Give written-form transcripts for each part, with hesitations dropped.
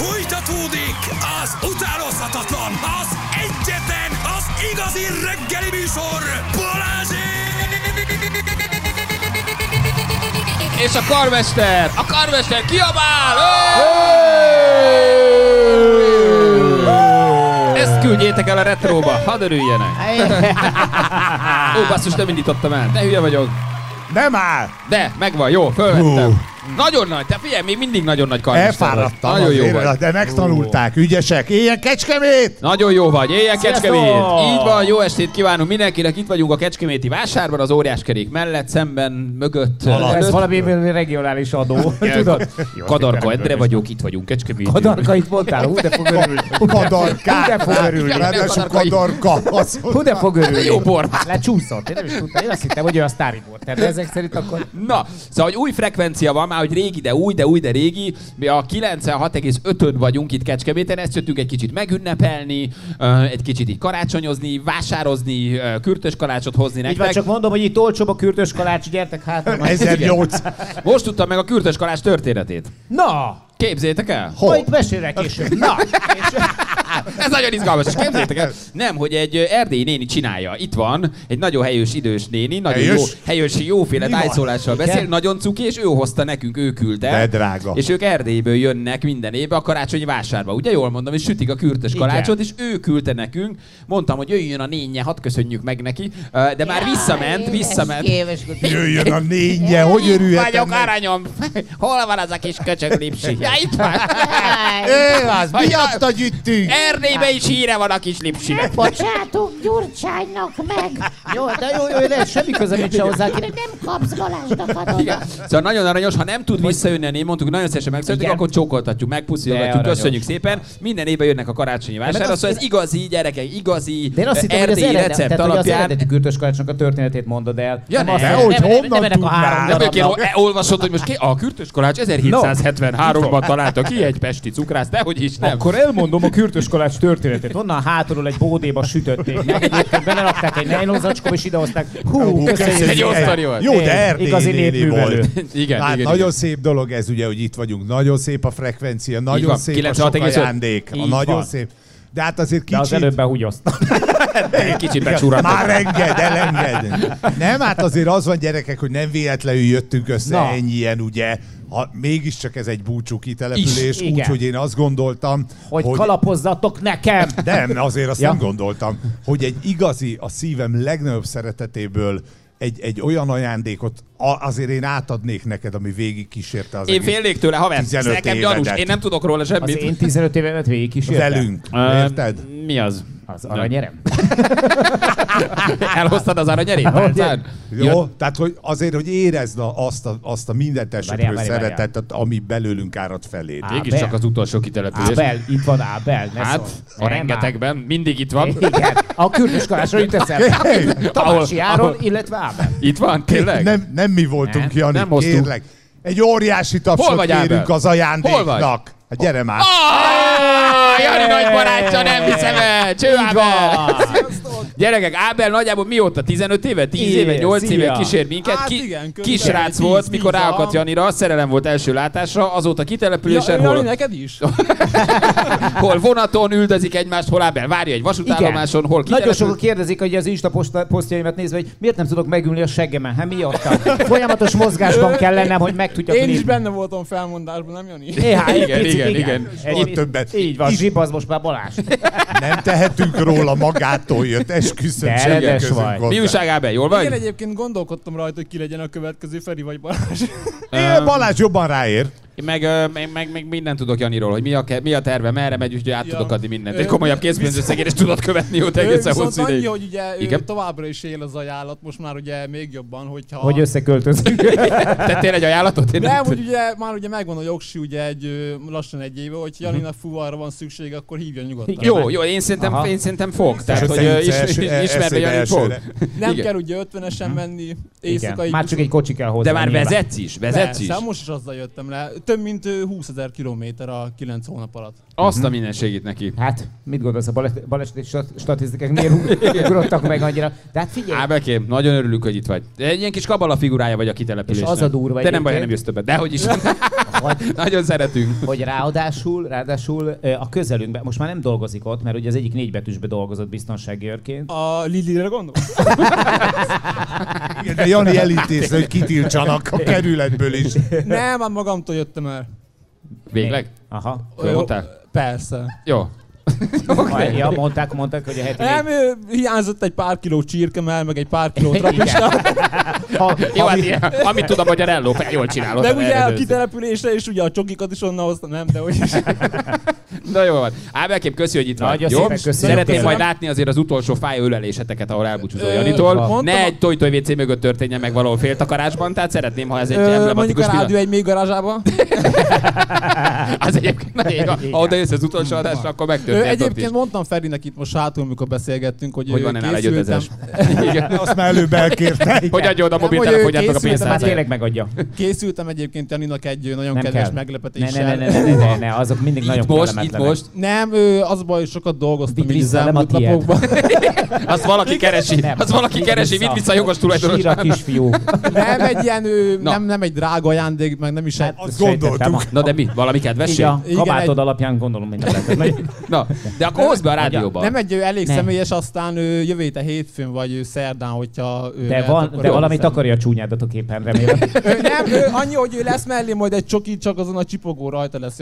Fújtatódik az utánozhatatlan, az egyetlen, az igazi reggeli műsor, Balázsék! És a karmester kiabál! Ezt küldjétek el a retróba, hadd örüljenek! Ó, basszus, nem indítottam el, ne hülye vagyok! Nem áll! De, megvan, jó, fölvettem. Nagyon nagy, te figyelj, még mindig nagyon nagy karmester. Elfáradtam nagyon jó azért, vagy. de megtanulták, ügyesek. Éljen Kecskemét! Nagyon jó vagy, éljen Kecskemét! Így van, jó estét kívánunk mindenkinek, itt vagyunk a kecskeméti vásárban, az Óriáskerék mellett, szemben, mögött. Ez valami regionális adó, tudod? Kadarka Endre vagyok, itt vagyunk Kecskeméti. Kadarka itt mondtál, hú de fog örülni. Kadarkát! Hú de fog örülni. Ráadásul Kadarka. Hú de fog örülni. Jó bor. Lecsúszott, én nem is tudtam, én azt hittem, hogy ő a sztáribort. De ezek szerint akkor... Na, szóval, hogy új frekvencia van, már hogy régi, de új, de régi. Mi a 96,5-ön vagyunk itt Kecskeméten, ezt jöttünk egy kicsit megünnepelni, egy kicsit így karácsonyozni, vásározni, kürtös kalácsot hozni nektek. Így van, csak mondom, hogy itt olcsóbb a kürtös kalács, gyertek hátra. 1800. Most tudtam meg a kürtös kalács történetét. Na! Képzétek el? Majd mesélek később. Na! Ez nagyon izgalmas, és képzeljétek el, nem, hogy egy erdélyi néni csinálja. Itt van egy nagyon helyős idős néni, nagyon jó, helyős, jóféle tájszólással beszél, nagyon cuki, és ő hozta nekünk, ő küldte. De drága. És ők Erdélyből jönnek minden évben a karácsonyi vásárba. Ugye jól mondom, és sütik a kürtös kalácsot, és ő küldte nekünk. Mondtam, hogy jöjjön a nénye, hadd köszönjük meg neki, de már visszament. Jöjjön a nénye, hogy örülhetem Vagyok meg? aranyom. Hol van az a kis köcsög lipsi? Ja, itt van. Az miatta gyűjtünk. Erdélyben is híre van a kis lipsinek. Bocsátok Gyurcsánynak meg! Jó, de jó, lehet, semmi köze nincs hozzá. Nem kapsz Balázsnak adóba. Igen. Szóval nagyon aranyos, ha nem tud visszajönni a név, mondtuk, nagyon szívesen megszületünk, akkor csókoltatjuk, megpuszilgatjuk, köszönjük szépen. Minden évben jönnek a karácsonyi vásárra, szóval ez igazi, gyerekek, igazi de én azt hittem, erdélyi hogy recept az alapján. eredeti kürtös kalácsnak a történetét mondod el. Ja, nem, nem, hogy honnan nem ennek a három tudnád? darabnak. Olvasod, hogy most a kürtös kalács 1773-ban találta ki egy pesti cukrász, dehogy is nem. Akkor elmondom a kürtös kalács történetét. Onnan hátulról egy bódéba sütötték meg, egyébként belerakták egy nejlonzacskóba, és idehozták. Hú, köszönjük. Egy jó sztori volt. Jó, de erdélyi Igazi néni népművelő. volt. Igen, Hát igen, nagyon igen. szép dolog ez ugye, hogy itt vagyunk. Nagyon szép a frekvencia, nagyon van, szép a sok 96,5. ajándék. Így Nagyon van. szép. De hát azért De az kicsit... előbb behúgyoztam. Egy kicsit becsúráltam. Már elenged. Nem, hát azért az van, gyerekek, hogy nem véletlenül jöttünk össze ennyien, ugye. Mégiscsak ez egy búcsú kitelepülés, úgyhogy én azt gondoltam, hogy kalapozzatok nekem! Nem, azért azt nem gondoltam, hogy egy igazi, a szívem legnagyobb szeretetéből egy olyan ajándékot azért én átadnék neked, ami végig kísérte az Én félnék tőle, haver. 15 Nekem évedet. gyanús, én nem tudok róla Az semmit. én 15 évemet végig kísértem. Velünk, érted? Mi az? Az aranyerem. Elhoztad az aranyerét? Jó, tehát hogy azért, hogy érezd azt a mindent esetrő Várjál. szeretetet, ami belőlünk árad felé. Mégis csak az utolsó kitelepülés. Ábel, itt van Ábel, ne Hát, szólj. a rengetegben, mindig itt van. Igen, a kürtös kalácsra jut eszembe. Tamási Áron, illetve Ábel. Itt van, tényleg? Nem mi voltunk, Jani, nem hoztunk. kérlek. Egy óriási tapsot vagy, kérünk Ábel? az ajándéknak. Hát gyere már. Jani nagy barátja, nem hiszem el! Cső Ábel! Gyerekek, Ábel nagyjából mióta? 15 éve? 10 éve? 8 éve kísér minket? Hát igen, Kisrác volt, mikor ráakadt Janira, szerelem volt első látásra, azóta kitelepülésen, Jani, neked is? hol vonaton üldözik egymást, hol Ábel várja egy vasútállomáson, hol Nagyon kitelepül. sokan kérdezik, hogy az Insta posztjaimat nézve, hogy miért nem tudok megülni a seggemen. Hát miattam. Folyamatos mozgásban kell lennem, hogy meg tudjak Én is lépni. benne voltam felmondásban, nem Jani? Igen. Ott többet. Így van, zsib az most már Balázs. Nem tehetünk róla, magától jött, esküszöm, De semmi rendes közünk vagy. hozzá. Mi újság, Ábel, jól vagy? Igen, egyébként gondolkodtam rajta, hogy ki legyen a következő, Feri vagy Balázs. Balázs jobban ráér. Én meg mindent tudok Janiról, hogy mi a terve, merre megy, úgyhogy át tudok adni mindent. Egy komolyabb készpénzösszegért tudod követni ott egészen Viszont hosszú ideig. annyi, hogy ugye ő Igen? továbbra is él az ajánlat, most már ugye még jobban, hogyha... Hogy összeköltözünk. Tettél egy ajánlatot? Én Nem, hogy ugye már ugye megvan a jogsi ugye lassan egy éve, hogy Janinak fuvarra van szüksége, akkor hívjon nyugodtan. Jó, én szerintem fog. Tehát, hogy ismerve eszébe Janit fog. elsőre. Nem Igen. kell ugye 50-esen menni Igen. éjszakai... Már csak egy kocsi kell hozzá. De már nyilván. vezetsz is? Persze, most is azzal jöttem le. Több mint 20 000 kilométer a 9 hónap alatt. Azt a minden segít neki. Hát, mit gondolsz, a baleseti statisztikák miért ugrottak meg annyira? De hát figyelj, Ábelkém, nagyon örülünk, hogy itt vagy. Egy ilyen kis kabala figurája vagy a és kitelepülésnek. az a durva De nem baj, egyébként, nem jössz többet. Dehogy is. Nagyon szeretünk. Hogy ráadásul a közelünkben, most már nem dolgozik ott, mert ugye az egyik 4 betűsbe dolgozott biztonsági őrként. A Lilire gondol? Igen, de Jani elintézte, hogy kitiltsanak a kerületből is. Nem, már magamtól jöttem el. Végleg? Aha. Fölmondtál? Persze. Jó. Okay. Ja, mondták, hogy a heti... Nem, hiányzott egy pár kiló csirkemell, meg egy pár kiló trapista. Jó, hát amit tud a Magyarello, jól csinálod. De ugye a kitelepülésre és ugye a csokikat is onnan hoztam, nem, de hogy is. Na jó van. Ábelkép, köszi, hogy itt vagy. Nagyon Jó? szépen köszönjük. Szeretném majd látni azért az utolsó fájölöléseteket, ahol elbúcsúzol Janitól. Ne egy Toy WC mögött történjen meg valahol féltakarásban, tehát szeretném, ha ez egy emblematikus mondjuk a rádió egy még garázsában. Az egyébként nagyon, ha oda jössz az utolsó adásra, akkor megtörtént. Egyébként mondtam Ferinek itt most hátul, amikor beszélgettünk, hogy van ennél egy 5000-es. Azt már előbb elkérte. Hogy adja oda a mobiltelefonjátnak a pénzt. Hát tényleg megadja. Készültem egyébként Janinak egy nagyon Nem kedves kell. meglepetéssel. Ne, azok mindig nagyon Itt most. Nem, az baj, sokat dolgoztam így az nem a elmúlt tiéd. napokban. Azt valaki keresi. Azt valaki keresi, vidd vissza a jogos tulajdonosát. Sír a kisfiú. Nem egy ilyen, nem egy drága ajándék, meg nem is egy... Azt gondoltuk. Na de mi? Valami Így kedvesség? a Igen, kabátod alapján gondolom minden lehet. Na, de akkor hozd be a rádióba. Nem egy elég Nem. személyes, aztán jövő héten hétfőn vagy szerdán, hogyha... De valamit akarja a csúnyádatok éppen, remélem. Nem, annyi, hogy ő lesz mellé majd egy csoki, csak azon a csipogó rajta lesz.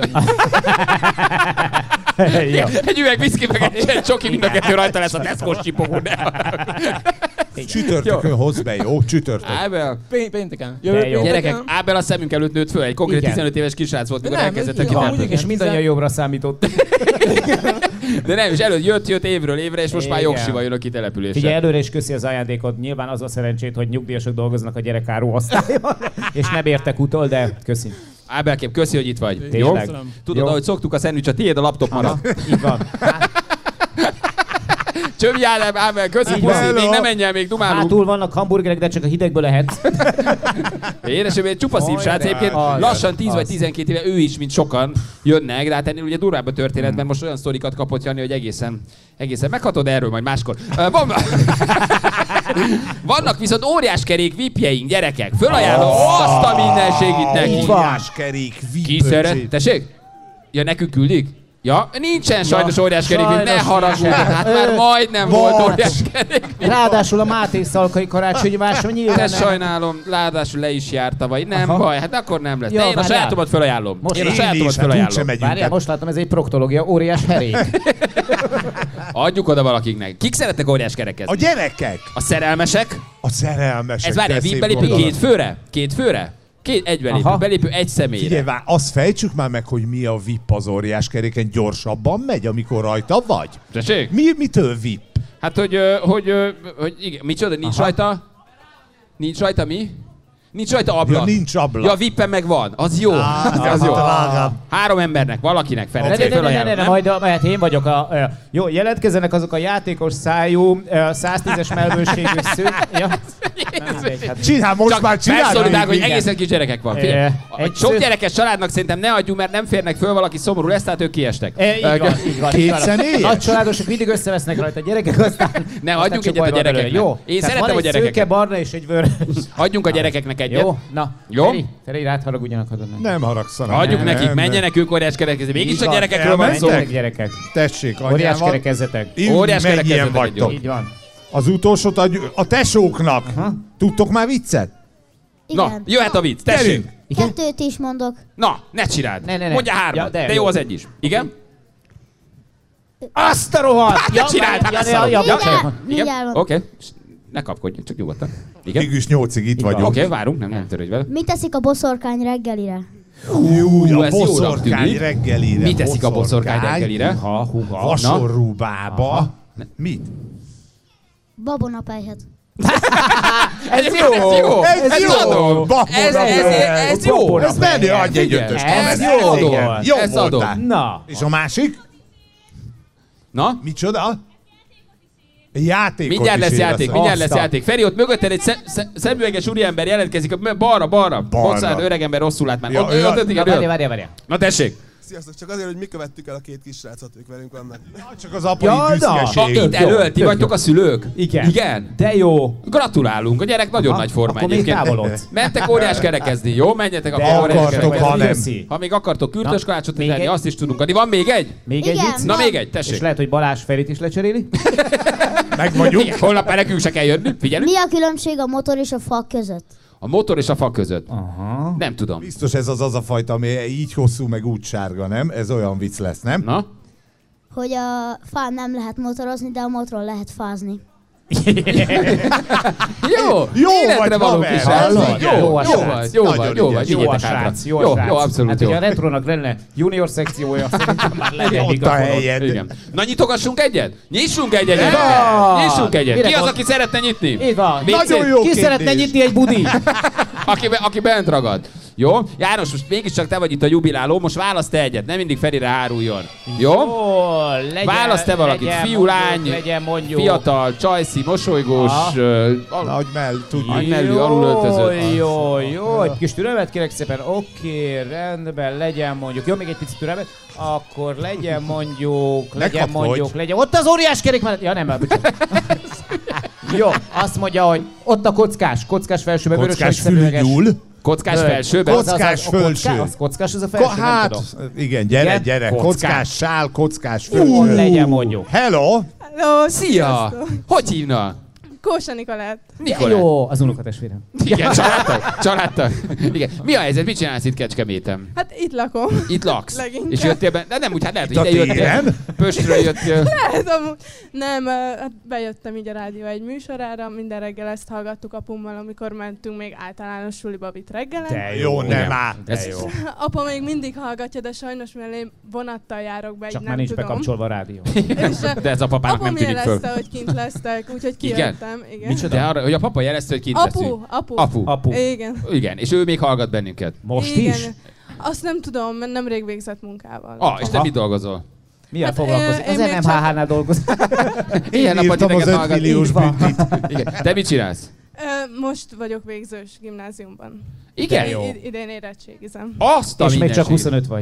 Ja. Egy üveg viszki meg egy csoki, mind a kettő rajta lesz a Tesco-s csipogó. Csütörtökön hozd be, jó? Csütörtök. Ábel. Pénteken. De jó. pénteken. Gyerekek, Ábel a szemünk előtt nőtt föl, egy konkrét Igen. 15 éves kisrác volt, mikor Nem, elkezdett a igen, kitápolni. amúgy És mindannyian jobbra számított. De nem, és előtt jött évről évre, és most már Igen. jogsival jön a kitelepülésre. Figyelj, előre is köszi az ajándékot. Nyilván az a szerencsét, hogy nyugdíjasok dolgoznak a gyerekáru osztályon, és nem értek utol, de köszi. Ábelkép, köszi, hogy itt vagy. Tényleg. Jó? Köszönöm. Tudod, Jó. ahogy szoktuk, a szendvics a tiéd, a laptop marad. Így van. Csövjál, Ábel, köszi, Így van. puszi, még nem menj el, még dumálunk. Hátul vannak hamburgerek, de csak a hidegből lehet. Édesem, egy csupa szív srác, egyébként Az, lassan 10 vagy az. 12 éve ő is, mint sokan jönnek, de hát ennél ugye durvább a történet, mert most olyan sztorikat kapott Jani, hogy egészen meghatod erről majd máskor. Vannak viszont óriás kerék vipjeink, gyerekek. Fölajánlom azt a mindenségit neki. Óriás kerék, Ki szeret? Tessék? Ja, nekünk küldik? Ja, nincsen sajnos óriás kerék, ne sajnos haragudj, nincsen. hát már majdnem volt óriás kerék. Ráadásul a Máté Szalkai karácsonyi máson nyilván Te nem. sajnálom, ráadásul le is járt tavaly. Nem Aha. baj, hát akkor nem lesz. Jó, De én a várjál. sajátomat felajánlom. Most Én a Én sajátomat is, hát úgysem felajánlom. megyünk. Várjál, most látom, ez egy proktológia, óriás herék. Adjuk oda valakiknek. Kik szeretnek óriás kerekezni? A gyerekek, A szerelmesek? a szerelmesek. Ez várjál, de szép belépő gondolat. 2 főre? 2 főre? Egy belépő, Aha. belépő egy személyre. Figyelj, azt fejtsük már meg, hogy mi a VIP az óriás keréken, gyorsabban megy, amikor rajta vagy? Tessék? Mitől VIP? Hát, hogy igen, micsoda, nincs rajta? Nincs rajta mi? Nincs rajta ablak. Ja, nincs ablak. Ja, vippen meg van. Az jó. Az jó. 3 embernek, valakinek, Ferenc, Ne, majd mert én vagyok jó, jelentkezzenek azok a játékos szájú, 110-es melvőségű szők. Ja. Nem, mindegy, hát. Csinál, most Csak már csinálj! felszólítják, hogy igen. egészen kis gyerekek van. Figyelj, Egy sok sző- gyerekes családnak szerintem ne adjuk, mert nem férnek föl, valaki szomorú lesz, tehát ők kiestek. Így van, így van. Két így van. személyes? Nagy családosok mindig összevesznek rajta a gyerekek, aztán... Ne, aztán adjunk csak egyet a baj van gyerekeknek. belőle. Jó. Én Tehát szeretem van a egy szőke, gyerekeket. barna és egy vörös. Adjunk a gyerekeknek egyet. Jó? Na, Jó? Feri, rád haragudjanak, hadod meg. Nem haragszanak. Adjuk Nem, nekik, nem. menjenek ők óriás kerekezni. Mégis Így a van. gyerekekről van szó. Elmentek? Gyerekek. Tessék, Óriás anyával. kerekezzetek. Óriás Mennyien kerekezzetek vagytok? egy Így van. Az utolsót adjuk a tesóknak. Tudtok már viccet? Na, Igen. jöhet a vicc, tessék. Gyerünk! Igen? 2 is mondok. Na, ne csináld. Ne. Mondja 3, Ja, de de jó jó. az egy is. Igen? Azt a rohadt! Hát ne csináld, hát ja, Mindjárt, Igen? mindjárt mondok. Oké. Ne kapkodj, csak nyugodtan. Igen? Mégis 8-ig itt van. vagyunk. Oké, várunk, nem törődj vele. Mit teszik a boszorkány reggelire? Jú, a ez jónak boszorkány tűnik. reggelire. Mit teszik a boszorkány reggelire? Huga. Vasorrúbába. Mit? Babonapelyhet. Ez jó! Ez jó! adom! Ez jó! Ez menő, adj egy ötöst. Ez Ez jó igen. volt. Jó Ez voltál. adom. Na. És a másik? Na? Micsoda? Játékot Mindjárt is lesz érez. játék, mindjárt lesz Aztán. játék. Feri, ott mögötted egy szemüveges úriember jelentkezik. Balra. Bocsánat, öregember rosszul lát már. Ja, Ott, ja. ott, igen, Várjál. Na tessék! Sziasztok, csak azért, hogy mi követtük el a két kisrácot, ők velünk vannak. Csak az apai büszkeség. Itt elől, ti vagytok a szülők? Igen. Igen? De jó. Gratulálunk, a gyerek nagyon nagy forma Akkor még távolodsz. Mentek óriás kerekezni, jó? Menjetek De akkor óriás akartok, kerekezni. Ha még akartok kürtös kalácsot tenni, azt is tudunk adni. Van még egy? Még egy Igen. vicc? Na még egy, tessék. És lehet, hogy Balázs Ferit is lecseréli? Megmondjuk. Igen, holnap már nekünk se kell jönni, figyelünk. Mi a különbség a motor és a fa között? A motor és a fa között. Aha. Nem tudom. Biztos ez az a fajta, ami így hosszú, meg úgy sárga, nem? Ez olyan vicc lesz, nem? Na? Hogy a fán nem lehet motorozni, de a motoron lehet fázni. Jó életre vagy, való haver. kis srác. Hallod? Jó a srác. vagy. ügyes. Jó a Vigyétek hátra. srác, jó a srác. Jó, abszolút hát, jó. hogy a Retrónak lenne junior szekciója, szerintem már legyen Ott a mikrofonod. helyed. Igen. Na nyitogassunk egyet? Nyissunk egyet! van. Nyissunk egyet! Mire Ki az, gond- aki szeretne nyitni? Így van. Még Nagyon szép. jó Ki kérdés. szeretne nyitni egy budi? Aki bent ragad. Jó? János, most mégiscsak te vagy itt a jubiláló, most választ te egyet, nem mindig Ferire háruljon. Jó? Legyen, Választ te valakit. legyen Fiú, mondjuk, lány, legyen mondjuk. fiatal, csajszi, mosolygós, Nagy mell, tudjuk. Nagy mellű, alulöltözött. Jó, egy kis türelmet kérek szépen, oké, rendben, legyen mondjuk, jó, még egy picit türelmet, akkor legyen mondjuk, legyen, ott az óriás kerék mellett, ja nem, bocsánat. Jó, azt mondja, hogy ott a kockás felsőbe, vörös Kockás szemüveges. fülnyúl. Kockás felsőben. Kockás felső. Az kockás, az a felső, nem Hát, tudom. igen, gyere, Igen? gyere. Kockás. Kockás sál, kockás Jó, felső. legyen mondjuk. Hello! Hello, Szia! sziasztok. Hogy hívnak? Kósa Nikolát. Nikolát. Jó, az unokatestvérem. Igen, családtag. Igen. Mi a helyzet? Mit csinálsz itt Kecskeméten? Hát itt lakom. Itt laksz? Leginkább. És jöttél be? De nem úgy, hát lehet, Itt a hogy ide jöttél. téren? Pöstről jöttél. Lehet, amúgy. Nem, hát bejöttem így a rádió egy műsorára, minden reggel ezt hallgattuk apummal, amikor mentünk még általános suliba vitt reggelen. De Jó, nem igen. áll. De jó. Apa még mindig hallgatja, de sajnos mivel én vonattal járok be, Csak így már nem nincs tudom. bekapcsolva a rádió. És, De ez a papának nem apum tűnik föl. jelezte, hogy kint lesztek, úgyhogy Igen? kijöttem. Igen. Micsoda? De arra, hogy a papa jelezte, hogy kint leszünk. Apu. Apu. Igen. Igen, és ő még hallgat bennünket. Most Igen. is? Azt nem tudom, mert nemrég végzett munkával. És te Aha. mit dolgozol? Milyen Hát, foglalkozik? én Az még NMHH-nál dolgozik. Ilyen napot Írtam az idegen 5 hallgat. milliós Így van. büdlit. Igen. Te mit csinálsz? Most vagyok végzős gimnáziumban. Igen? jó. Idén érettségizem. Azt a És még csak mindenségét. 25 vagy.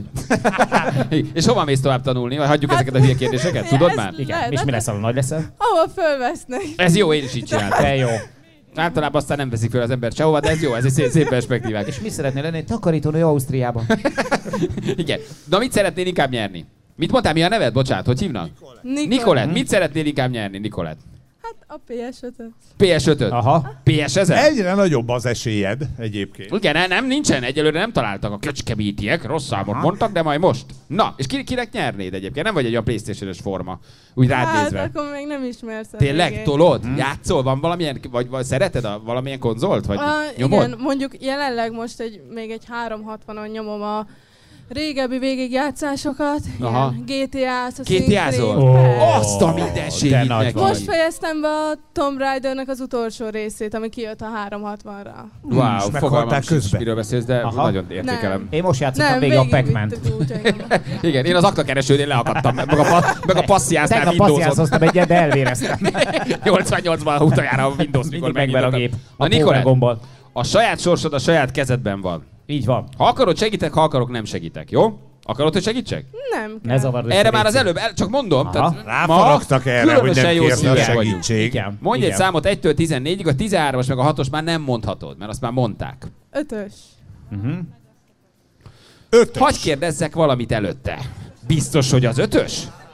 És hova mész tovább tanulni? Vagy hagyjuk ezeket a hülye kérdéseket? Tudod ez már? Igen. Lehet, És mi lesz, ahol nagy leszel? Ahol fölvesznek. Ez jó, én is így csináltam. De jó. Általában aztán nem veszik fel az ember sehova, de ez jó, ez egy szép perspektívák. És mi szeretnél lenni? Takarítónő Ausztriában. Igen. Na mit szeretnél inkább nyerni? Mit mondtál, mi a neved? Bocsánat, hogy hívnak? Nikolett. Mit szeretnél inkább nyerni, Nikolett? Hát a PS5-öt. PS5-öt? Aha. PS1000? Egyre nagyobb az esélyed egyébként. Igen, nem, nincsen. Egyelőre nem találtak a kecskemétiek. Rossz számot mondtak, de majd most. Na, és kinek nyernéd egyébként? Nem vagy egy olyan PlayStation-ös forma. Úgy rád Hát nézve. akkor még nem ismersz. a Tényleg? végén. Tolod? Játszol? Van valamilyen, vagy szereted valamilyen konzolt? Vagy nyomod? Igen, mondjuk jelenleg most még egy 360-on nyomom a régebbi végigjátszásokat. Aha. Ilyen GTA, GTA-zol? Azt a mindenségét de nagy neki. vagy. Most fejeztem be a Tomb Raidernek az utolsó részét, ami kijött a 360-ra. Wow, meghaltál fogalmam sincs, közben? miről beszélsz, de Aha. nagyon értékelem. Én most játszottam végig a Pac-Man-t. Igen, én az aktakeresőnél leakadtam, meg a passziásznál Tegnap Windows-on. passziászoztam egyet, de elvéreztem. 88-ban utoljára a Windows, mikor Mindig megver a megnyitottam. gép. Na A Nikolett, gombbal. a saját sorsod a saját kezedben van. Így van. Ha akarod segítek, ha akarok nem segítek, jó? Akarod, hogy segítsek? Nem kell. Ne zavard össze, Erre már az légy előbb, csak mondom. Aha. Ráfaragtak erre, hogy különösen nem jó kérte a szívek vagyunk. segítség. Igen. Mondj egy Igen. számot 1-től 14-ig, a 13-as meg a 6-os már nem mondhatod, mert azt már mondták. 5-ös. Ötös. Hagy kérdezzek valamit előtte. Biztos, hogy az 5-ös?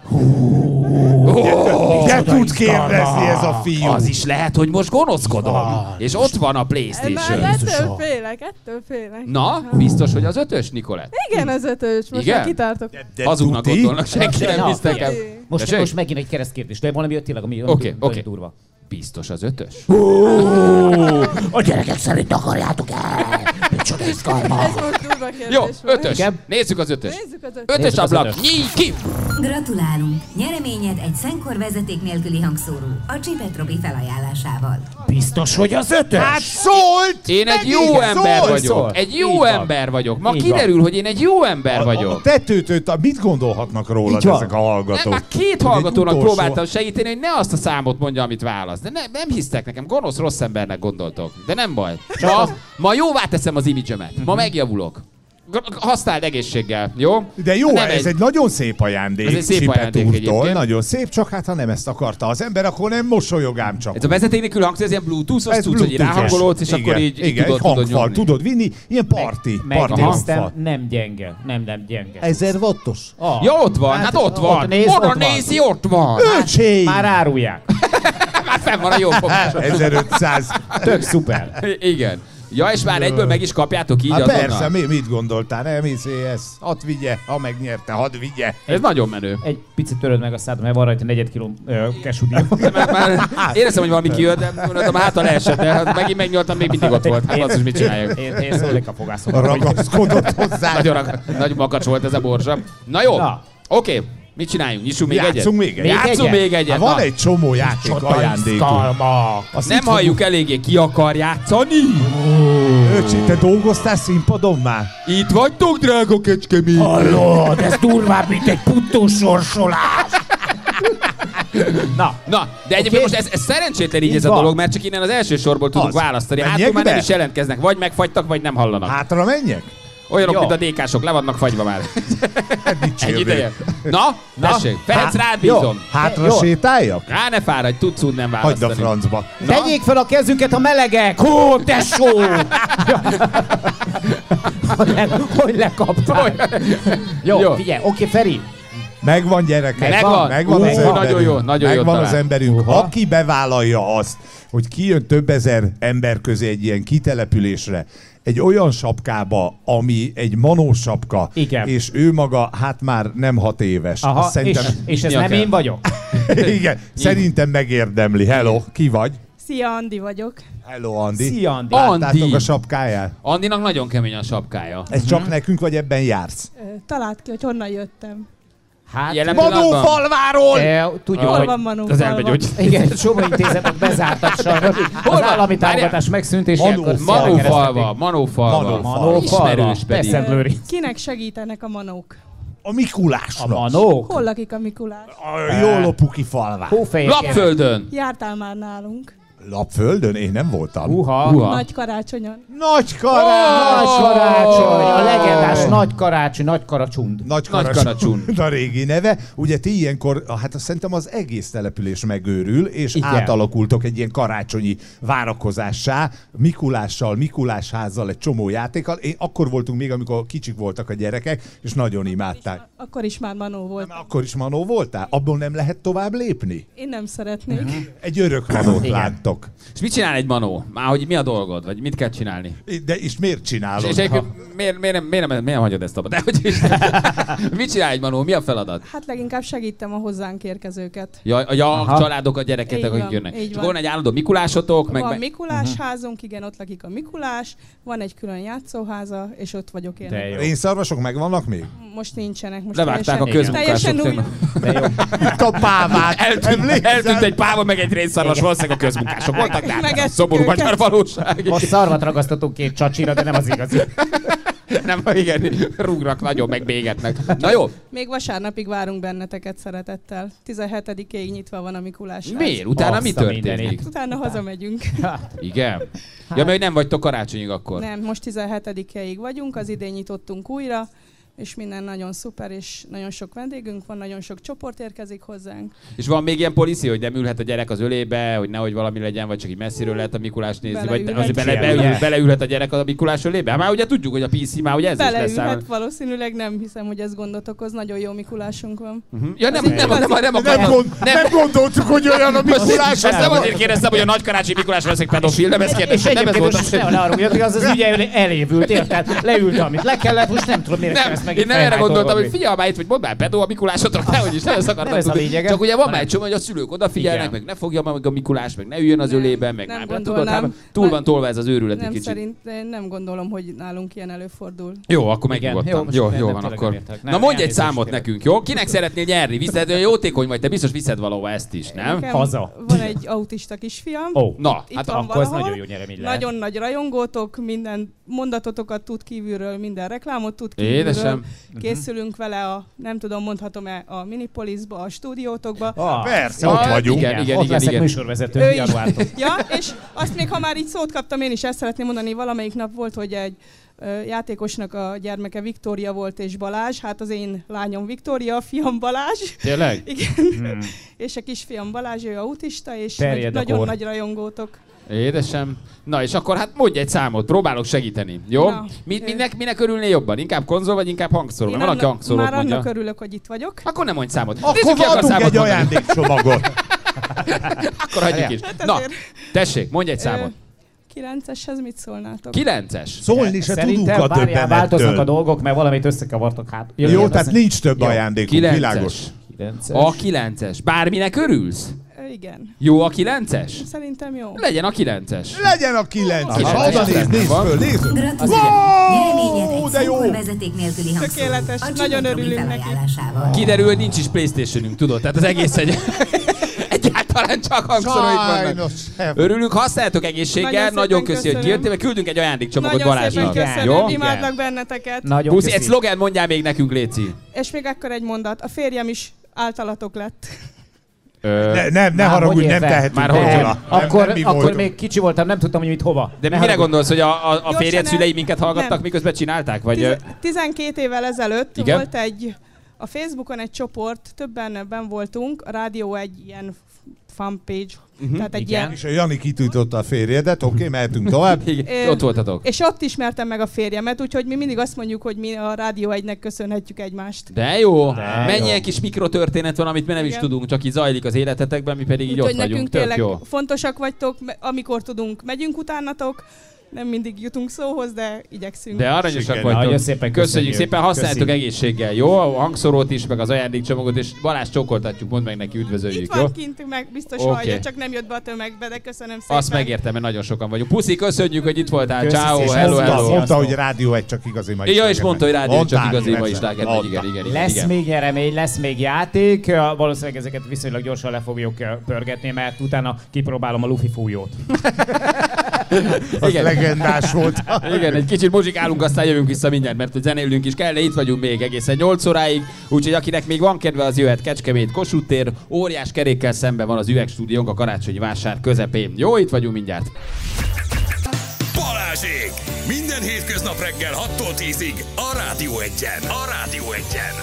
De tud kérdezni ez a fiú. Az is lehet, hogy most gonoszkodom. És ott van a PlayStation. Már ettől félek. Na, biztos, hogy az 5-ös, Nikolett? Igen, az 5-ös. Most Igen? már kitartok. De Azoknak tuti? gondolnak, senki nem Na, hisz nekem. Most, Tessék? most megint egy keresztkérdés, de valami tényleg, ami Oké. nagyon durva. Biztos az 5-ös? A gyerekek szerint akarjátok el! Micsoda izgalma! Ez most durva kérdés Jó, volt. 5-ös. Igen. Nézzük az 5-ös. Nézzük az 5-ös. 5-ös Nézzük az ablak, ötös. nyíj ki! Gratulálunk! Nyereményed egy Szenkor vezeték nélküli hangszóró a Csipet Robi felajánlásával. Biztos, hogy az 5-ös? Hát szólt! Én egy jó Megint ember szól, vagyok. szól. Egy Így jó van. ember vagyok. Ma Így kiderül, hogy én egy jó ember A vagyok. tetőtől, mit gondolhatnak rólad Így van. ezek a hallgatók? Már két Egy hallgatónak utolsó- próbáltam segíteni, hogy ne azt a számot mondja, amit válasz. De nem hisztek nekem, gonosz, rossz embernek gondoltok. De nem baj. Ma jóvá teszem az imidzsemet. Ma megjavulok. használd egészséggel, jó? De jó, ez egy nagyon szép ajándék. Ez egy szép ajándék egyébként. Nagyon szép, csak hát ha nem ezt akarta az ember, akkor nem mosolyog ám csak. Ez a vezeték nélkül hangszerű, ez ilyen Bluetooth-os cucc, hogy ráhangolódsz, és akkor így tudod nyomni. Tudod vinni, ilyen parti hangfal. Nem gyenge. Nem gyenge. 1000 wattos? Ja, ott van, hát ott van. Oda nézi, ott van. Öcsém! Már árulják. Már fenn van a jó fogás. 1500. Tök szuper. Igen. Ja, és már egyből meg is kapjátok így azonnal? Persze, mit gondoltál? Nem hiszé ezt. Hadd vigye, ha megnyerte, hadd vigye. Ez nagyon menő. Egy picit töröd meg a szád, mert van rajta 4 kiló kesúdió. Már éreztem, hogy valami kijött, de mondtam, hát ha leesett, de megint megnyoltam, még mindig ott volt. Hát azt is mit csináljak? Én szólnék a fogászomra. Ragaszkodott hozzá. Nagy makacs volt ez a borzsa. Na jó, oké. Mit csináljunk? Nyissunk még egyet? Játszunk még egyet. Van egy csomó játék ajándékunk. Nem halljuk eléggé, ki akar játszani? Öcsi, te dolgoztál színpadon már? Itt vagytok, drága Kecskemét? Hallod, ez durvább, mint egy puttósorsolás. Na, de egyébként most ez szerencsétlen így ez a dolog, mert csak innen az első sorból tudunk választani. Hátul már nem is jelentkeznek, vagy megfagytak, vagy nem hallanak. Hátra menjek? Olyanok, mint a DK-sok, le vannak fagyva már. Egy ideje. Na, tessék, Ferenc, rád bízom. Hátra sétáljak? Ne fáradj, tudsz úgy nem választani. Hagyd a francba. Tegyék fel a kezünket a melegek! Hó, tesó! Hogy lekaptál? Jó, figyelj, oké, Feri. Megvan, gyerekek. Megvan az emberünk. Nagyon jó, megvan az emberünk. Aki bevállalja azt, hogy kijön több ezer ember közé egy ilyen kitelepülésre, egy olyan sapkába, ami egy manó sapka, és ő maga hát már nem 6 éves. Aha, és ez nem én vagyok? Igen, szerintem megérdemli. Hello, ki vagy? Szia, Andi vagyok. Hello, Andi. Szia, Andi. Láttátok a sapkáját? Andinak nagyon kemény a sapkája. Ez csak nekünk, vagy ebben jársz? Találd ki, hogy honnan jöttem. Hát, Manófalváról! Tudjuk, hol hogy van Manófalva? Az elmegyógy. Igen, soha intézetek bezártak sajnos. Az állami támogatás megszűnt, és Manófalva. Ismerős pedig. Kinek segítenek a manók? A Mikulásnak. A manók? Hol lakik a Mikulás? A Jólopuki falván. Lapföldön. Jártál már nálunk? Lapföldön? Én nem voltam. Nagy karácsonyon. Nagy karácsony! A legendás Nagy Karácsony, Nagy Karacsund. Nagy Karacsund a régi neve. Ugye ti ilyenkor, hát azt szerintem az egész település megőrül, és átalakultok egy ilyen karácsonyi várakozássá, Mikulással, Mikulásházzal, egy csomó játékkal. Akkor voltunk még, amikor kicsik voltak a gyerekek, és nagyon imádták. Akkor is már manó volt. Akkor is manó voltál? Abból nem lehet tovább lépni? Én nem szeretnék. Egy örök manót láttok. És mit csinál egy manó? Már hogy mi a dolgod? Vagy mit kell csinálni? De és miért csinálod? És miért nem hagyod ezt abba? De hogy is? Mit csinál egy manó? Mi a feladat? Hát leginkább segítem a hozzánk érkezőket. A családok, a gyerekek, akik jönnek. És van egy állandó Mikulásotok? Van Mikulásházunk, igen, ott lakik a Mikulás, van egy külön játszóháza, és ott vagyok én. Rénszarvasok megvannak még? Most nincsenek. Most levágták a közmunkások. Itt a pávát. Eltűnt egy páva, meg egy rénszarvas, valószínűleg a közmunkások voltak. Szomorú magyar valóság. Most szarvat ragasztottunk 2 csacsira, de nem az igazi. Nem, igen, rúgnak nagyon, meg bégetnek. Na jó. Még vasárnapig várunk benneteket szeretettel. 17-ig nyitva van a Mikulás. Miért? Utána mi történik? Hát, utána hazamegyünk. Igen? Ja, mert nem vagytok karácsonyig akkor? Nem, most 17-ig vagyunk, az idén nyitottunk újra, és minden nagyon szuper, és nagyon sok vendégünk van, nagyon sok csoport érkezik hozzánk. És van még ilyen policy, hogy nem ülhet a gyerek az ölébe, hogy nehogy valami legyen, vagy csak így messziről lehet a Mikulást nézni, vagy azért beleülhet a gyerek a Mikulás ölébe? Hát már ugye tudjuk, hogy a PC már ugye ez is lesz. Beleülhet, valószínűleg nem hiszem, hogy ez gondot okoz, nagyon jó Mikulásunk van. Ja, nem gondoltuk, hogy olyan a Mikulás. Ezt nem azért kérdeztem, hogy a nagykarácsi Mikulás lesz egy pedofil, nem ezt kérdeztem. Nem ez volt. Az ügye elévült, érted? Leült, amit le kellett, most nem tudom, miért én nem erre gondoltam, hogy figyelj már itt, vagy mondd már pedó a Mikulásotok, nehogy is, nem ezt akartam tudni. Csak ugye van már egy csomó, hogy a szülők odafigyelnek, meg ne fogja meg a Mikulás, meg ne üljön az ölében, meg nem tudod, túl van tolva ez az őrület egy kicsit. Nem gondolom, hogy nálunk ilyen előfordul. Jó, akkor megnyugodtam. Jó van akkor. Na mondj egy számot nekünk, jó? Kinek szeretnél nyerni? Viszed, jótékony vagy, te biztos viszed valahova ezt is, nem? Haza. Van egy autista kisfiam. Na, hát akkor ez nagyon jó nyeremény lehet. Nagyon nagy rajongótok, minden mondatotokat tud kívülről, minden reklámot tud kívülről. Édesem. Készülünk vele a, nem tudom, mondhatom-e, a Minipolisba, a stúdiótokba. Persze, ott vagyunk. Igen, ott leszek műsorvezető januártól. Ja, és azt még, ha már így szót kaptam, én is ezt szeretném mondani, valamelyik nap volt, hogy egy játékosnak a gyermeke Viktória volt és Balázs, hát az én lányom Viktória, a fiam Balázs. Tényleg? Igen. És a kisfiam Balázs, ő autista, és nagyon nagy rajongótok. Édesem. Na és akkor hát mondj egy számot, próbálok segíteni, jó? Minek örülnél jobban? Inkább konzol, vagy inkább hangszóró? Mert valaki hangszórót mondja. Már annak örülök, hogy itt vagyok. Akkor nem mondj számot. Akkor adunk egy ajándékcsomagot. Akkor hagyjuk is. Hát na, tessék, mondj egy számot. 9-eshez mit szólnátok? 9-es? Szólni se tudunk a többen változnak a dolgok, mert valamit összekavartok hát. Jó, tehát nincs több ajándékunk, világos. 9-es. A 9-es. Bárminek örülsz? Igen. Jó a 9-es? Szerintem jó. Legyen a 9-es. Legyen a 9-es. Oda nézd föl, nézd. Nyereményed egy szenkorvezeték nélküli hangszóró. Tökéletes, nagyon örülünk neki. Kiderül, hogy nincs is PlayStation-ünk, tudod? Tehát az egész egyáltalán csak hangszóróik vannak. Örülünk, használjátok egészséggel, nagyon köszi, hogy kijöttél, küldünk egy ajándékcsomagot Balázsnak. Nagyon szépen köszönöm, imádlak benneteket. Puszi, egy szlogent mondjál még nekünk, Léci. És még akkor egy mondat, a férjem is általatok lett. Ne haragudj, nem tehetünk róla. Akkor még kicsi voltam, nem tudtam, hogy mit hova. De mire gondolsz, hogy a férjed szülei minket hallgattak, miközben csinálták? Vagy 12 évvel ezelőtt volt a Facebookon egy csoport, többen benn voltunk, a rádió egy ilyen fanpage, tehát egy ilyen... És a Jani kitűjtötte a férjedet, oké, mehetünk tovább. Ott voltatok. És ott ismertem meg a férjemet, úgyhogy mi mindig azt mondjuk, hogy mi a Rádió 1-nek köszönhetjük egymást. De jó! Mennyi egy kis mikrotörténet van, amit mi nem is tudunk, csak így zajlik az életetekben, mi pedig így ott vagyunk. Nekünk tényleg fontosak vagytok, amikor tudunk, megyünk utánatok. Nem mindig jutunk szóhoz, de igyekszünk. De aranyosak vagytok. Szépen köszönjük szépen, használjátok egészséggel, jó? A hangszórót is, meg az ajándékcsomagot, és Balázs csókoltatjuk, mondd meg neki, üdvözöljük, itt van kint, meg biztos hallja, csak nem jött be a tömegbe, de köszönöm szépen. Azt megértem, mert nagyon sokan vagyunk. Puszi, köszönjük, hogy itt voltál. Ciao, hello. Mondta, hogy Rádió 1 csak igazi ma is. Ja, és mondta, hogy Rádió 1 csak igazi ma is. Igen. Lesz még nyeremény, lesz még játék. Valószínűleg ezeket viszonylag gyorsan le fogjuk pörgetni, mert utána kipróbálom a Luffy fújót. Az legendás volt. Igen, egy kicsit muzsikálunk, aztán jövünk vissza mindjárt, mert zenélünk is kell, de itt vagyunk még egészen 8 óráig, úgyhogy akinek még van kedve, az jöhet. Kecskemét, Kossuth tér, óriás kerékkel szemben van az üvegstúdiónk a karácsonyi vásár közepén. Jó, itt vagyunk mindjárt. Balázsék! Minden hétköznap reggel 6-tól 10-ig a Rádió 1-en. A Rádió 1-en.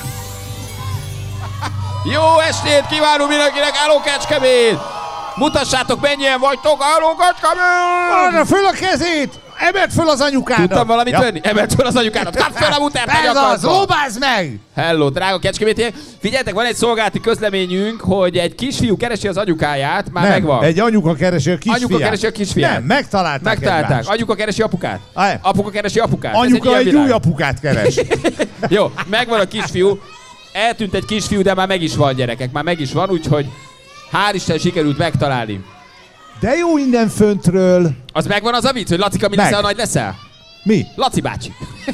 Jó estét kívánunk mindenkinek, álló Kecskemét! Mutassátok, mennyien vagytok, álló Kecskemét! Arra föl a kezét! Emeld föl az anyukádat! Tudtam valamit venni? Emeld föl az anyukádat! Kap föl a mutert! Ez az! Lóbázz meg! Hello, drága Kecskemétiek! Figyeljetek, van egy szolgálati közleményünk, hogy egy kisfiú keresi az anyukáját, már megvan. Egy anyuka keresi a kisfiát. Anyuka keresi a kisfiát. Nem, megtalálták. Anyuka keresi apukát. Apuka keresi apukát. Anyuka egy új apukát keres. Jó, megvan a kisfiú. Eltűnt egy kisfiú, de már meg is van, gyerekek. Már meg is van, úgyhogy hál' Isten sikerült megtalálni. De jó innen föntről. Az megvan az a vicc, hogy Lacika, mi leszel, nagy leszel? Mi? Laci bácsi.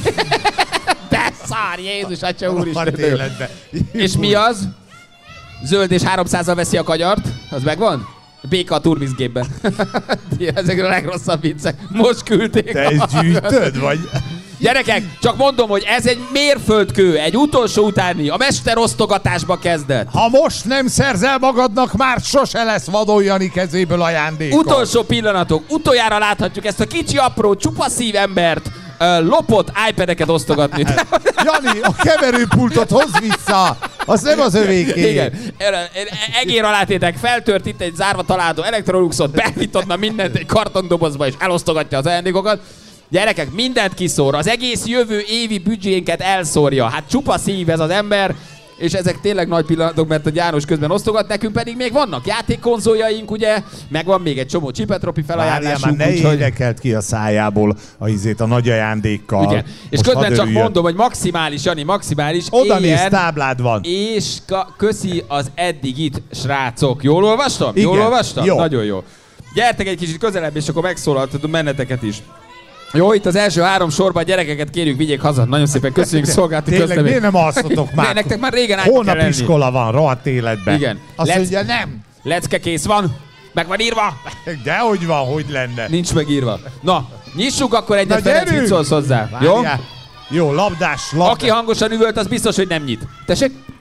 De szár, Jézus, atya úristen. És mi az? Zöld és 300-al veszi a kagyart. Az megvan? Béka a turmizgépben. Ezek a legrosszabb viccek. Most küldték. Te ezt gyűjtöd, vagy? Gyerekek, csak mondom, hogy ez egy mérföldkő, egy utolsó utáni, a mesterosztogatásba kezdett. Ha most nem szerzel magadnak, már sose lesz Vadon Jani kezéből ajándék. Utolsó pillanatok, utoljára láthatjuk ezt a kicsi, apró, csupaszív embert lopott iPad-eket osztogatni. Jani, a keverőpultot hozz vissza! Az nem az övéké. Igen. Egér alátétek, feltört itt egy zárva található Electroluxot, bevitt onnan mindent egy kartondobozba és elosztogatja az ajándékokat. Gyerekek, mindent kiszór, az egész jövő évi büdzsénket elszórja. Hát csupa szív ez az ember, és ezek tényleg nagy pillanatok, mert a János közben osztogat, nekünk pedig még vannak játékkonzoljaink, ugye, meg van még egy csomó Csipetropi felajánlásunk. Már ne énekelt ki a szájából a nagy ajándékkal. Igen. És közben csak mondom, hogy maximális, Jani, maximális. Oda néz, táblád van. És köszi az eddigit, srácok. Jól olvastam? Igen. Jól olvastam? Jó. Nagyon jó. Gyertek egy kicsit közelebb, és akkor megszólaltatom benneteket is. Jó, itt az első 3 sorban gyerekeket kérjük, vigyék haza. Nagyon szépen köszönjük szolgálati közleményt. Tényleg, miért nem alszotok már? Nektek már régen át kell Holnap lenni. iskola van, rohadt életben. Igen. Azt mondja, nem. Lecke kész van. Meg van írva. Dehogy van, hogy lenne. Nincs megírva. Na, nyissuk akkor egyet, Ferenc, mit szólsz hozzá. Jó? Jó, labdás. Aki hangosan üvölt, az biztos, hogy nem nyit. Tessék?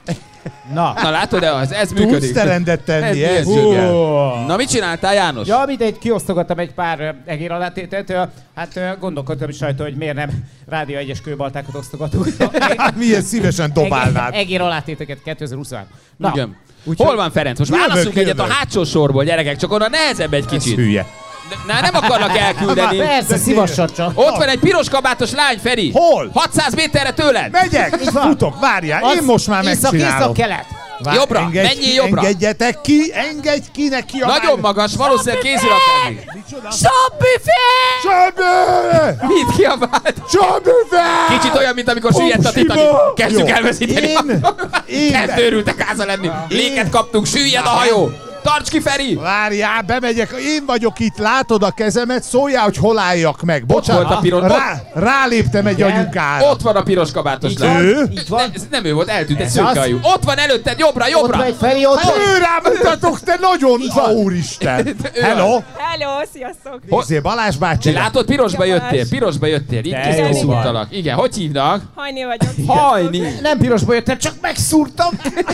Na látod, de ez működik. Tudsz te rendet tenni, ez Na mit csináltál, János? Ja, mindegy, kiosztogattam egy pár egér alátételt. Hát gondolkodtam is rajta, hogy miért nem Rádió 1-es kőbaltákat osztogatunk. Milyen szívesen dobálnád. Egér alátéteket 2023. Na, igen. Hol van Ferenc? Most válasszunk egyet a hátsó sorból, gyerekek, csak onnan nehezebb egy kicsit. Ez hülye. Nem akarnak elküldeni. Persze, szívassad csak. Ott van egy piros kabátos lány, Feri. Hol? 600 méterre tőled. Megyek, futok, várjál, én most már megcsinálom. Észak-kelet. Jobbra, menjél jobbra. Engedjetek ki, engedj ki neki a nagyon magas, valószínűleg kézilabdázik. Sabbüfé! Sabbü! Mit kiabált? Sabbüfé! Kicsit olyan, mint amikor süllyedt a Titanic. Kezdjük elveszíteni. Kezd őrültek háza lenni. Léket kaptunk, süllyed a hajó. Tarts ki, Feri! Várjál, bemegyek, én vagyok itt, látod a kezemet, szóljál, hogy hol álljak meg. Bocsánat, volt a piros... ráléptem egy anyukára. Ott van a piros kabátos lány. Ő? Nem ő volt, eltűnt egy szőkehajú. Ott van előtted, jobbra! Ott van egy Feri, ott van. Őrám mutatok, te nagyon... Úristen! Hello! Hello, sziasztok! Nézzél, Balázs bácsi! Látod, pirosba jöttél. Itt készültalak. Igen, hogy hívnak? Hajni vagyok. Hajni! Nem pirosba jöttem, csak megszúrtam.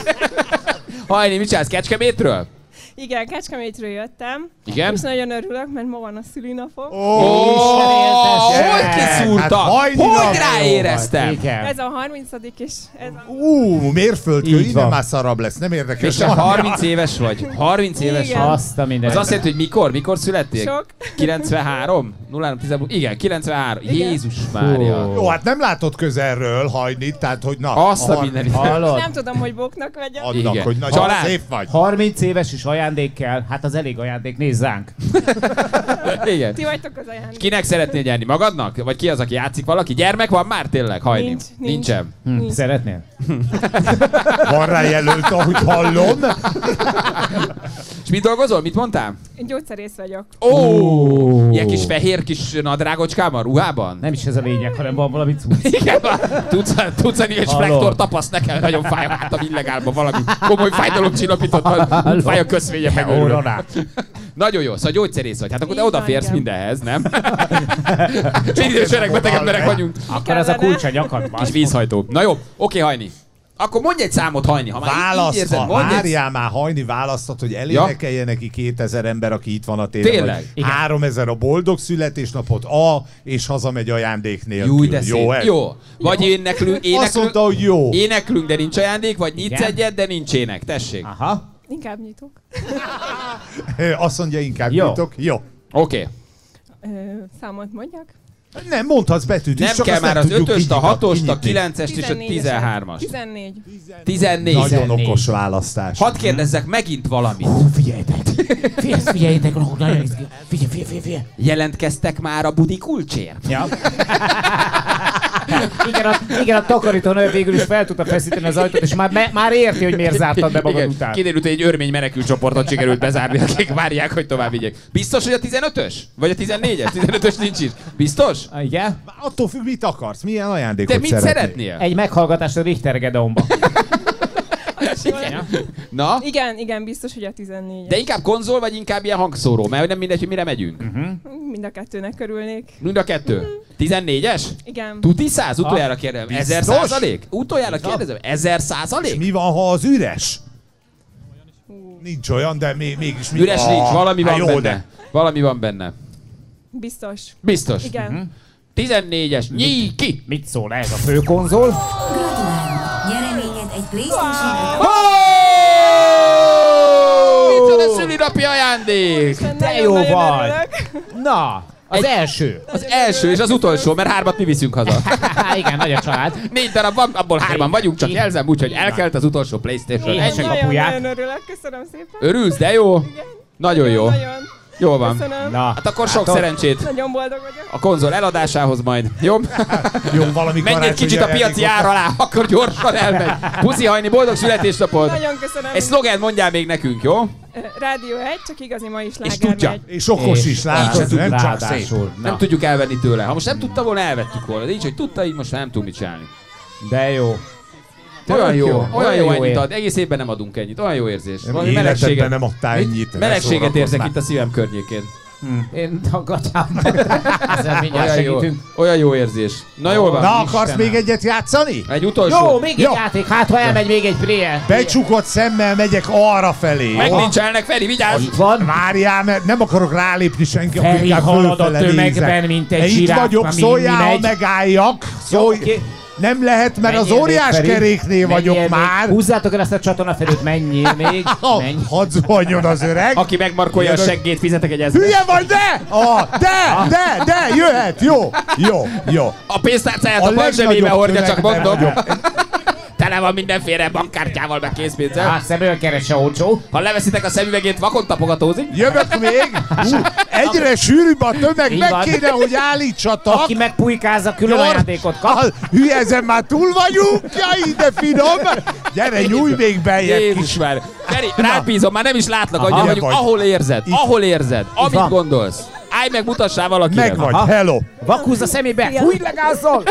Hajni, mit csinálsz, Kecskemétről? Igen, Kecskemétről jöttem. Igen? És nagyon örülök, mert ma van a szülinapom. Hogy kiszúrta? Hogy ráéreztem? Ez a 30. és ez a... Mérföldkő, innen már szarabb lesz, nem érdekes. És 30 éves vagy? 30 éves vagy? Azt a minden. Az azt jelenti, hogy mikor születtél? Sok. 93? 0310. Igen, 93. Igen. Jézus Mária. Jó, hát nem látod közelről Hajnit, tehát hogy na. Azt a mindenit. Nem tudom, hogy boknak vegyem. Annak, hogy nagyon szép vagy. 30 éves is ajándék kell. Hát az elég ajándék, nézz ránk. Igen. Ti vagytok az ajándék. Kinek szeretnél nyerni? Magadnak? Vagy ki az, aki játszik valaki? Gyermek van már tényleg, Hajni? Nincsen. Szeretnél? Van rá jelölt, ahogy hallom. És mit dolgozol? Mit mondtál? Én gyógyszerész vagyok. Ilyen kis fehér kis nadrágocskában, ruhában? Nem is ez a lényeg, hanem van valami cucc. Igen, tudsz egy flektor tapaszt nekem, nagyon fáj a hátam illegálban valami komoly fájdalomcsillapított, fáj a köszvénye megőrül. Nagyon jó, szóval gyógyszerész vagy. Hát akkor te odaférsz mindenhez, nem? Idős öreg beteg emberek vagyunk. Akkor az a kulcs a nyakadban. Kis vízhajtó. Na jó, oké, Hajni. Akkor mondj egy számot, Hajni. Ha választhat, várjál már, Hajni választhat, hogy elénekelje neki 2000 ember, aki itt van a téren. Tényleg? 3000 a boldog születésnapot, és hazamegy ajándék nélkül. Júj, de szép. Jó. Vagy éneklünk, azt mondta, hogy jó. Éneklünk, de nincs ajándék, vagy nyitsz egyet, de nincs ének. Tessék. Aha. Inkább nyitok. Azt mondja, inkább nyitok. Jó. Oké. Számot mondjak? Nem, mondhatsz betűt is, nem csak kell már az 5-öst, a 6-ost, a 9-est és a 13-ast. 14. 14. Nagyon okos választás. Hadd kérdezzek megint valamit. Figyeljetek, figyelj. Jelentkeztek már a budi kulcsért? Ja. Igen, a takarítónő végül is fel tudta feszíteni az ajtót, és már érti, hogy miért zártad be magad után. Kiderült, hogy egy örmény menekült csoportot sikerült bezárni, akik várják, hogy tovább vigyék. Biztos, hogy a 15-ös? Vagy a 14-es? 15-ös nincs is. Biztos? Igen. Attól függ, mit akarsz, milyen ajándékot te mit szeretnél? Egy meghallgatást a Richter Gedeonba. Na? Igen, biztos, hogy a 14. De inkább konzol, vagy inkább ilyen hangszóró? Mert nem mindegy, hogy mire megyünk. Mind a kettőnek örülnék. Mind a kettő? 14-es? Igen. Tuti 100? Utoljára kérdezem. 1000%? Utoljára kérdezem. 1000%? És mi van, ha az üres? Nincs olyan, de mégis... Üres nincs, valami van benne. Valami van benne. Biztos. Igen. 14-es, nyíj ki! Mit szól ez a főkonzol? Gratulálunk! Nyereményed egy PlayStation 5. Itt van a szülinapi ajándék! Te jó vagy! Na, az első. Az első és az utolsó, mert 3-at mi viszünk haza. Igen, nagy a család. 4 darab van, abból 3-an vagyunk, csak jelzem úgy, hogy elkelt az utolsó PlayStation. Nagyon örülök, köszönöm szépen. Örülsz, de jó? Igen. Nagyon jó. Jól van. Köszönöm. Na, hát akkor sok szerencsét. Nagyon boldog vagyok. A konzol eladásához majd. Jó? Jó, valami menj egy kicsit a piaci ár alá, akkor gyorsan elmegy. Puszi, Hajni, boldog születésnapod. Nagyon köszönöm. Egy szlogent mondjál még nekünk, jó? Rádió 1, csak igazi ma is és tudja. megy. És okos is, látod, nem csak szép. Nem tudjuk elvenni tőle. Ha most nem tudta volna, elvettük volna. De így, hogy tudta, így most nem tud mit csinálni. De jó. Olyan jó ennyit ad. Egész évben nem adunk ennyit. Olyan jó érzés. Életedben nem adtál ennyit. Melegséget érzek itt a szívem környékén. Én a gatyámban. Ezzel mindjárt segítünk. Olyan jó érzés. Na jól van. Na, akarsz még egyet játszani? Egy utolsó. Jó, még egy játék, hát ha elmegy még egy préje. Becsukott szemmel megyek arra felé. Megnincselnek, Feri, vigyázz! Itt van. Várjál, mert nem akarok rálépni senki, Feri halad a tömegben, mint egy itt zsiráf, vagyok, ami szóljál, ha megy. megálljak. Jó, Nem lehet, mert az óriás keréknél vagyok már. Húzzátok el ezt a csatornafelőt, menjél még. Menj. Hadd zuhanjon az öreg. Aki megmarkolja a seggét, fizetek egy 1000. Hülye vagy, de, jöhet, jó. A pénztárcáját a bal zsebébe hordja, csak mondom. Tele van mindenféle bankkártyával, meg készpénzzel. Hát szemről keresse olcsó. Ha leveszitek a szemüvegét, vakon tapogatózik. Jövök még. Egyre sűrűbb a tömeg, meg kéne, hogy állítsatok. Aki megpujkázza, külön ajándékot kap. Hülye, ezen már túl vagyunk. Jaj, de finom. Gyere, nyújj még beljebb. Jézus már. Feri, rád bízom, már nem is látlak, hogy vagyunk. Ahol érzed, amit gondolsz. Állj meg, mutassál valakinek. Meg vagy, hello. Vakhúzz a szemébe, fújj le gázzal.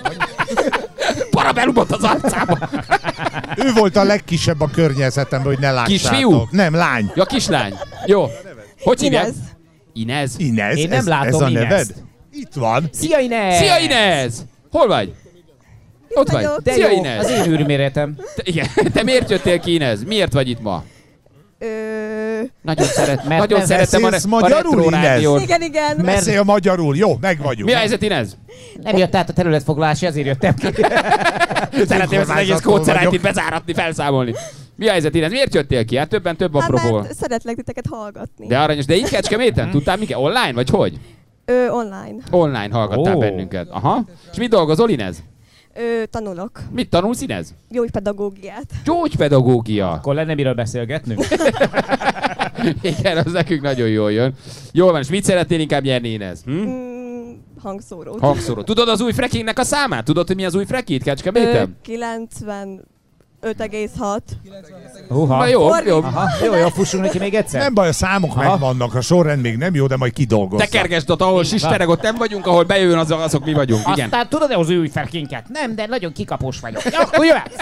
Parabellumot az arcába. Ő volt a legkisebb a környezetemben, hogy ne lássátok. Kisfiú? Nem, lány. Ja, kislány. Jó. Hogy hívják? Inez. Inez? Én nem látom ez a Inezt. neved? Itt van. Szia Inez! Szia Inez! Hol vagy? Ott vagy. De Szia jó, Inez! az én űrméretem. Igen. Te miért jöttél ki, Inez? Miért vagy itt ma? Nagyon szeretem a Retro Rádiót. Igen. Beszélj magyarul. Jó, meg vagyunk. Mi a helyzet, Inez? Nem jött át a területfoglalási, ezért jöttem ki. Szeretném ezt az egész kódszerájt itt bezáratni, felszámolni. Mi a helyzet, Inez? Miért jöttél ki? Hát több apropó. Hát szeretlek titeket hallgatni. De aranyos, de így Kecskeméten? Tudtál miket? Online vagy hogy? Online. Online hallgattál bennünket. Aha. És mit dolgozol, Inez? Tanulok. Mit tanulsz, Inez? Gyógypedagógiát. Gyógypedagógia. Akkor lenne miről beszélgetnünk? Igen, az nekünk nagyon jól jön. Jól van, és mit szeretnél inkább nyerni, Inez? Hangszórót. Hangszóró. Tudod az új Frekingnek a számát? Tudod, hogy mi az új Freki itt Kecskeméten? 95,6. Na jó. Jó, fussunk neki még egyszer. Nem baj, a számok megvannak, a sorrend még nem jó, de majd kidolgoztam. Te kergesd ott, ahol sistereg, ott nem vagyunk, ahol bejön azok mi vagyunk. Igen. Aztán tudod-e az új Frekinket? Nem, de nagyon kikapós vagyok. Ja, akkor jöhetsz.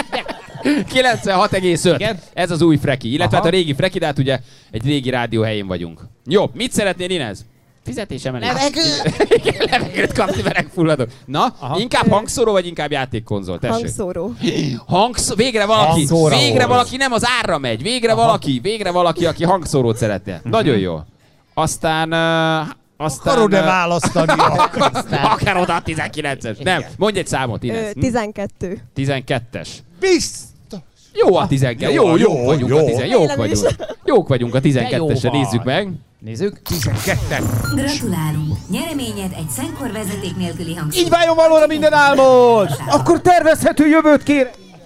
96,5. Ez az új Freki. Illetve hát a régi Freki, de hát ugye egy régi rádió helyén vagyunk. Jó, mit szeretnél, Inez? Fizetésemelés. Levegőt kapni, mert megfulladok. Na, inkább hangszóró, vagy inkább játékkonzol? Tessék. Hangszóró. Végre valaki nem az árra megy. Végre valaki, aki hangszórót szeretne. Nagyon jó. Aztán akarod-e választani? Akarod a 19-es. Nem, mondj egy számot, Inez. 12. 12-es. Biztos. Jó a 12. Jók vagyunk a 12. Jók vagyunk a 12-esre, nézzük meg. Nézzük. 12. Gratulálunk! Nyereményed egy Szenkor vezeték nélküli hangszóró. Így váljon valóra minden álmod! Akkor tervezhető jövőt kér!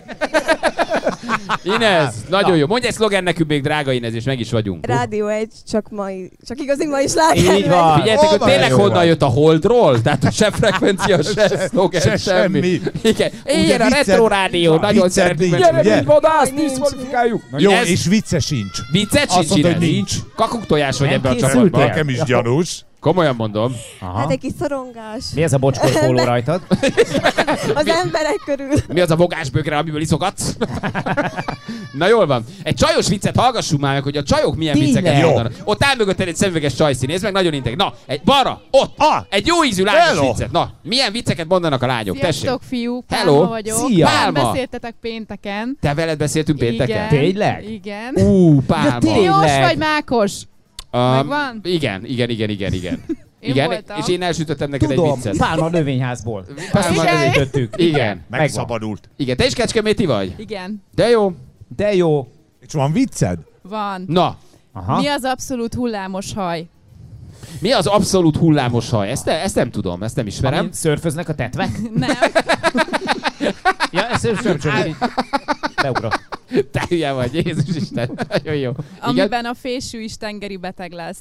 Inez, nagyon jó. Mondj egy szlogen nekünk még, drága Inez, és meg is vagyunk. Rádió 1, csak igazi ma is látják. Így van. Figyeljetek, hogy tényleg honnan jött a Holdról? Tehát se frekvencia, se szlogen, semmi. Igen. Ilyen a Retro Rádió, nagyon szeretjük. Gyere, mint vadász, diszkvalifikáljuk. Jó, és vicce sincs. Viccet sincs, Inez? hogy nincs. Kakuktojás vagy ebbe a csapatban. Nekem is gyanús. Komolyan mondom. Hát egy kis szorongás. Mi ez a bocskor póló rajtad? Az emberek körül. Mi az a vogásbögre, amiből iszogatsz? Na jól van. Egy csajos viccet hallgassunk már meg, hogy a csajok milyen vicceket mondanak. Ott áll mögötted egy szemüveges csajszín, nézd meg, nagyon integ. Na, balra, ott, egy jó ízű lányos viccet. Na, milyen vicceket mondanak a lányok? Tessék. Sziasztok, fiúk, Hello. Pálma vagyok. Szia. Pálma. Pálma. Beszéltetek pénteken. Te veled beszéltünk pénteken? Tényleg? Igen. Pálma. Diós vagy Mákos? Megvan? Igen. Igen, és én elsütöttem neked egy viccet. Pálma növényházból. Pálma közítettük. Igen. Megszabadult. Igen, te is kecskeméti vagy? Igen. De jó. És van vicced? Van. Na. Aha. Mi az abszolút hullámos haj? Mi az abszolút hullámos haj? Ezt nem tudom, ezt nem ismerem. Amin szörföznek a tetvek? Nem. Ja, ezt sem beugrok. Te hülye vagy, Jézus Isten. Nagyon jó. Amiben a fésű is tengeri beteg lesz.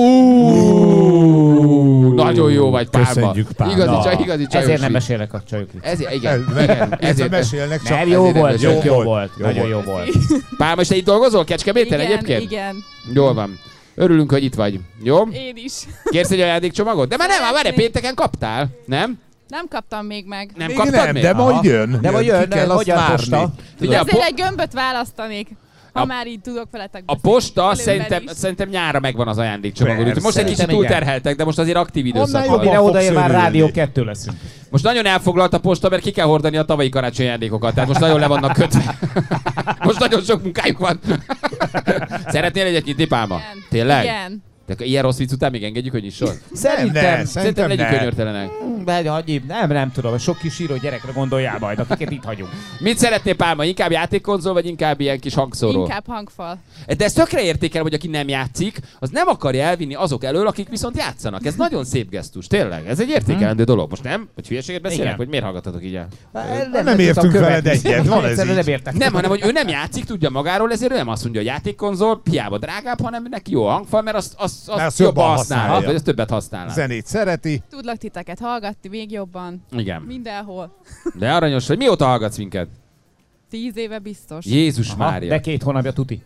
Nagyon jó vagy, Pálma. Köszönjük, Pálma. Igazi csajos. Ezért nem mesélek a csajok. Ezért mesélnek csak. Nem, jó volt, jó volt. Nagyon jó volt. Pálma, és te itt dolgozol Kecskeméten egyébként? Igen. Jól van. Örülünk, hogy itt vagy. Jó? Én is. Kérsz egy ajándékcsomagot? De már nem, már pénteken kaptál, nem? Nem kaptam még meg. Nem kaptad még? De majd jön. De majd jön, Ki kell azt hogyan várni. posta? Ezért egy gömböt választanék. Ha már így tudok veletek A beszélni. posta szerintem nyárra megvan az ajándékcsomagon. Úgyhogy most egy kicsit túlterheltek, de most azért aktív időszak van. Mire odaér, már Rádió 2 leszünk. Most nagyon elfoglalt a posta, mert ki kell hordani a tavalyi karácsonyi ajándékokat. Tehát most nagyon le vannak kötve. Most nagyon sok munkájuk van. Szeretnél egyet nyitni, Pálma? Tényleg? Igen. De ilyen rossz vicc után még engedjük, hogy nyisson? Szerintem legyünk könyörtelenek. Nem tudom, sok kis író gyerekre gondoljál majd, akiket itt hagyunk. Mit szeretnél, Pálma? Inkább játékkonzol, vagy inkább ilyen kis hangszóró? Inkább hangfal. De ezt tökre értékel, hogy aki nem játszik, az nem akarja elvinni azok elől, akik viszont játszanak. Ez nagyon szép gesztus, tényleg. Ez egy értékelendő dolog. Most nem? Hogy hülyeséget beszélek, vagy miért hallgatatok így el? Nem értünk veled egyet, van ez így. Nem, hanem hogy ő nem játszik, tudja magáról, ezért ő nem azt mondja, hogy játékkonzol, hiába drágább, hanem neki jó a hangfal, mert azt jobban használhat, vagy azt többet használhat. Zenét szereti. Tudlak titeket hallgatni még jobban. Igen. Mindenhol. De aranyos, hogy mióta hallgatsz minket? 10 éve biztos. Jézus Mária. De 2 hónapja tuti.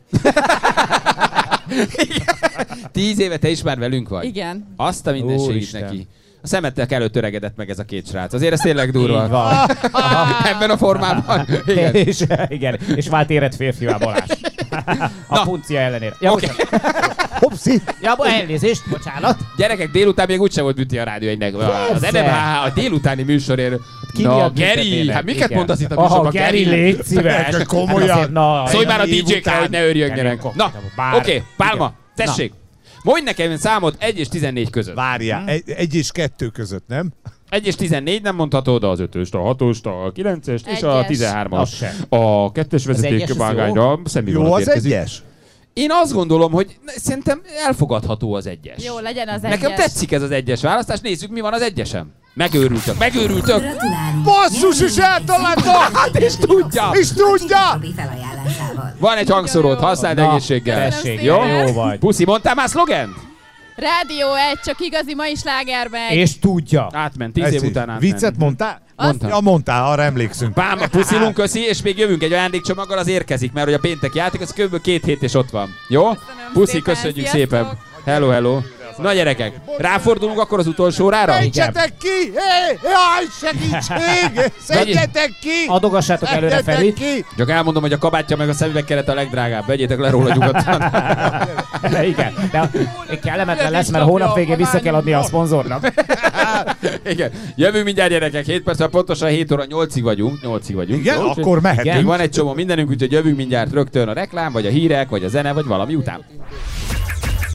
10 éve te is már velünk vagy? Igen. Azt a minden segít neki. A szemettek előtt öregedett meg ez a két srác. Azért ez tényleg durva. Így van. Ebben a formában. Igen. És vált érett férfival Balázs. A puncia ellenére. Ja, Okay. Hopszi! Ja, elnézést, bocsánat. Gyerekek, délután még úgyse volt büti a Rádió 1-nek. Az NMH a délutáni műsorért. Na, Geri, hát miket mondasz itt a műsorban? Geri, légy szíves. Komolyan. Szólj már a DJ-kre, hogy ne örjöngjenek. Na, oké, Pálma, tessék. Mondj nekem számot 1 és 14 között. Várjál, 1 és 2 között, nem? 1 és 14 nem mondhatod, az 5-öst, a 6-ost, a 9-est és a 13-as. A 2-es vezetékvágányra jó az 1-es? Én azt gondolom, hogy szerintem elfogadható az 1-es. Jó, legyen az 1-es. Nekem tetszik ez az 1-es választás, nézzük, mi van az 1-esem. Megőrültök. Basszus, is eltalálta! Hát és tudja! És tudja! Van egy hangszórót, használd egészséggel. Jó? Vagy. Puszi, mondtál már szlogent? Rádió 1, csak igazi mai slágerben. És tudja. Átment, 10 év után átment. Viccet mondtál? Mondtam. Ja, mondtál, arra emlékszünk. Pálma, puszilunk, köszi, és még jövünk egy ajándékcsomaggal, az érkezik, mert hogy a péntek játék, az kb. 2 hét és ott van. Jó? Puszi, köszönjük szépen. Hello, hello. Na gyerekek, ráfordulunk akkor az utolsó órára? Mentsetek ki! Jaj, segítség! Szedjetek ki! Adogassátok előre felé. Csak elmondom, hogy a kabátja meg a szemüvegkeret a legdrágább. Vegyétek le róla nyugodtan. Igen, de kellemetlen lesz, mert hónap végén vissza kell adni a szponzornak. Igen. Jövünk mindjárt gyerekek, 7 perc, pontosan 7 óra, 8-ig vagyunk. Igen, akkor mehetünk. Van egy csomó mindenünk, úgyhogy jövünk mindjárt rögtön a reklám, vagy a hírek, vagy a zene, vagy valami után.